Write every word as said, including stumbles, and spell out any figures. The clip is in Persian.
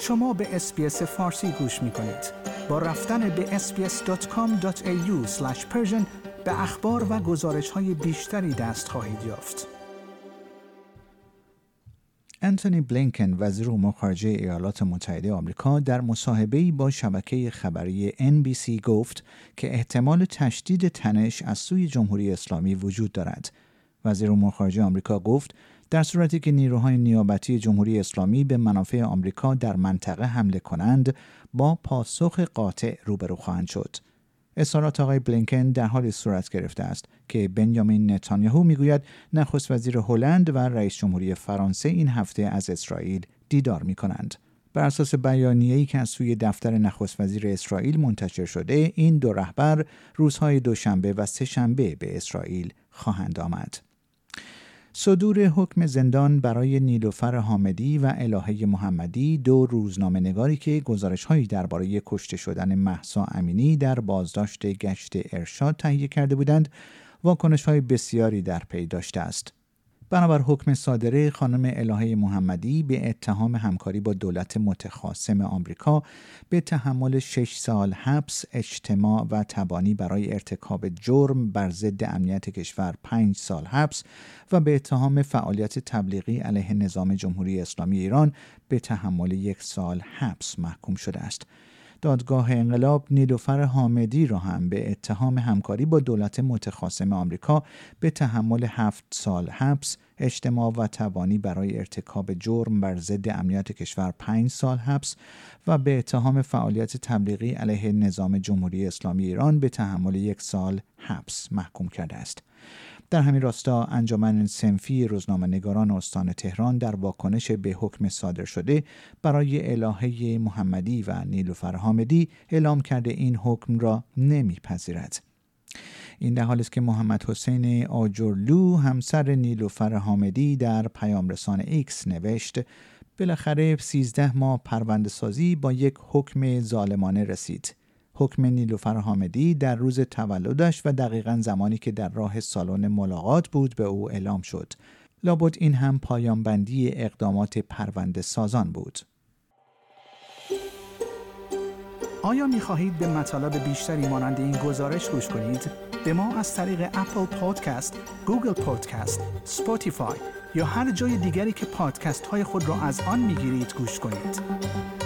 شما به اس‌بی‌اس فارسی گوش می‌کنید. با رفتن به اس بی اس دات کام دات ای یو اسلش پرشن به اخبار و گزارش‌های بیشتری دست خواهید یافت. انتونی بلینکن وزیر امور خارجه ایالات متحده آمریکا در مصاحبه‌ای با شبکه خبری ان بی سی گفت که احتمال تشدید تنش از سوی جمهوری اسلامی وجود دارد. وزیر امور خارجه آمریکا گفت در صورتی که نیروهای نیابتی جمهوری اسلامی به منافع آمریکا در منطقه حمله کنند، با پاسخ قاطع روبرو خواهند شد. اظهارات آقای بلینکن در حال صورت گرفته است که بنیامین نتانیاهو میگوید نخست وزیر هلند و رئیس جمهوری فرانسه این هفته از اسرائیل دیدار می‌کنند. بر اساس بیانیه‌ای که از سوی دفتر نخست وزیر اسرائیل منتشر شده، این دو رهبر روزهای دوشنبه و سه‌شنبه به اسرائیل خواهند آمد. صدور حکم زندان برای نیلوفر حامدی و الهه محمدی، دو روزنامه‌نگاری که گزارش‌هایی درباره کشته شدن مهسا امینی در بازداشت گشت ارشاد تهیه کرده بودند، واکنش‌های بسیاری در پی داشته است. بنابر حکم صادره، خانم الهه محمدی به اتهام همکاری با دولت متخاصم آمریکا به تحمل شش سال حبس، اجتماع و تبانی برای ارتکاب جرم بر ضد امنیت کشور پنج سال حبس و به اتهام فعالیت تبلیغی علیه نظام جمهوری اسلامی ایران به تحمل یک سال حبس محکوم شده است. دادگاه انقلاب نیلوفر حامدی را هم به اتهام همکاری با دولت متخاصم آمریکا به تحمل هفت سال حبس، اجتماع و تبانی برای ارتکاب جرم بر ضد امنیت کشور پنج سال حبس و به اتهام فعالیت تبلیغی علیه نظام جمهوری اسلامی ایران به تحمل یک سال حبس محکوم کرده است. در همین راستا انجمن صنفی روزنامه‌نگاران استان تهران در واکنش به حکم صادر شده برای الهه محمدی و نیلوفر حامدی اعلام کرده این حکم را نمیپذیرد. این در حالی است که محمد حسین آجرلو همسر نیلوفر حامدی در پیام رسان ایکس نوشت بالاخره سیزده ماه پرونده‌سازی با یک حکم ظالمانه رسید. حکم نیلوفر حامدی در روز تولدش و دقیقاً زمانی که در راه سالن ملاقات بود به او اعلام شد. لابد این هم پایان بندی اقدامات پرونده سازان بود. آیا می خواهید به مطالب بیشتری مانند این گزارش گوش کنید؟ به ما از طریق اپل پادکست، گوگل پادکست، اسپاتیفای یا هر جای دیگری که پادکست های خود را از آن می گیرید گوش کنید.